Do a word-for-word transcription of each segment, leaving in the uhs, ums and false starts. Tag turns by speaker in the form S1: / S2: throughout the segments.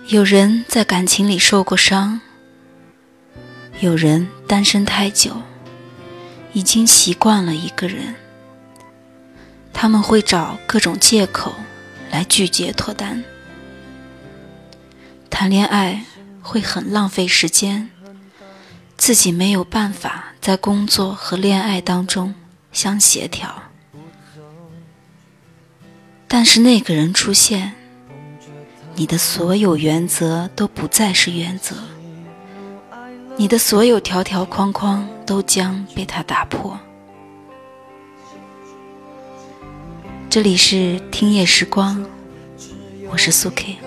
S1: 有人在感情里受过伤，有人单身太久，已经习惯了一个人，他们会找各种借口来拒绝脱单。谈恋爱会很浪费时间，自己没有办法在工作和恋爱当中相协调。但是那个人出现，你的所有原则都不再是原则，你的所有条条框框都将被他打破。这里是听夜时光，我是苏 K。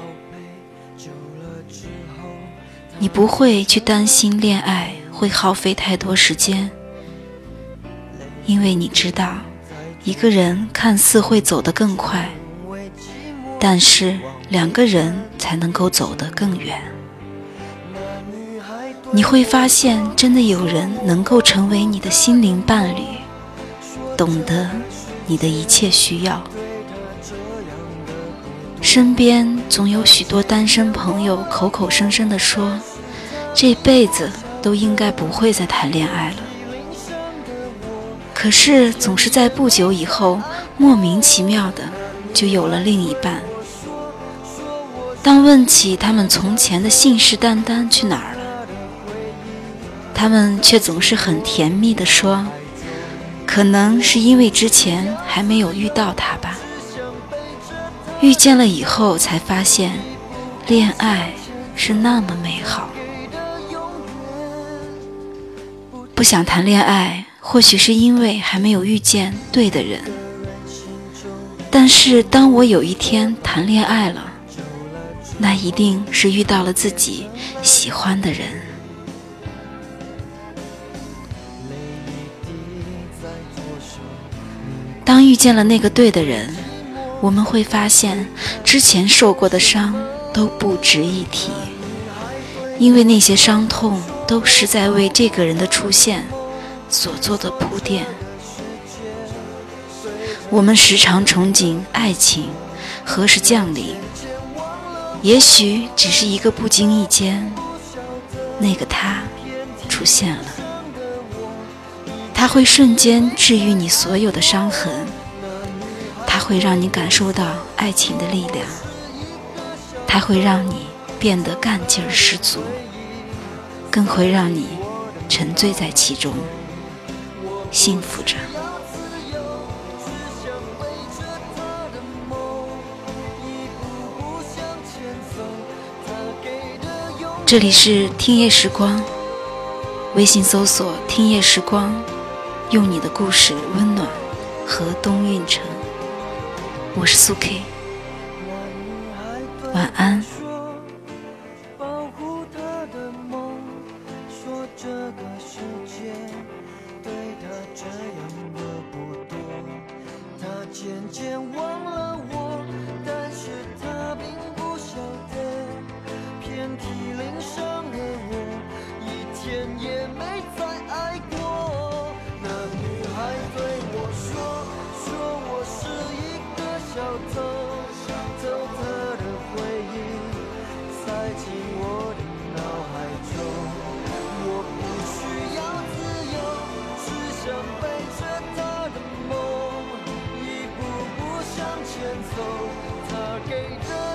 S1: 你不会去担心恋爱会耗费太多时间，因为你知道一个人看似会走得更快，但是两个人才能够走得更远。你会发现真的有人能够成为你的心灵伴侣，懂得你的一切需要。身边总有许多单身朋友口口声声地说，这辈子都应该不会再谈恋爱了。可是总是在不久以后，莫名其妙的就有了另一半。当问起他们从前的信誓旦旦去哪儿了，他们却总是很甜蜜地说，可能是因为之前还没有遇到他吧，遇见了以后才发现恋爱是那么美好。不想谈恋爱，或许是因为还没有遇见对的人，但是当我有一天谈恋爱了，那一定是遇到了自己喜欢的人。当遇见了那个对的人，我们会发现之前受过的伤都不值一提，因为那些伤痛都是在为这个人的出现所做的铺垫。我们时常憧憬爱情何时降临，也许只是一个不经意间，那个他出现了，他会瞬间治愈你所有的伤痕，他会让你感受到爱情的力量，他会让你变得干劲儿十足，更会让你沉醉在其中，幸福着。这里是听夜时光，微信搜索听夜时光，用你的故事温暖河东运城。我是苏 K， 晚安。
S2: 保护他的梦，说这个世界对他这样的不多，他渐渐忘了我，但是他并不晓得，遍体鳞伤的我，一天也没再爱过。那女孩对我说，说我是一个小偷，偷她的回忆塞进我的脑海中。我不需要自由，只想背着她的梦，一步步向前走，她给的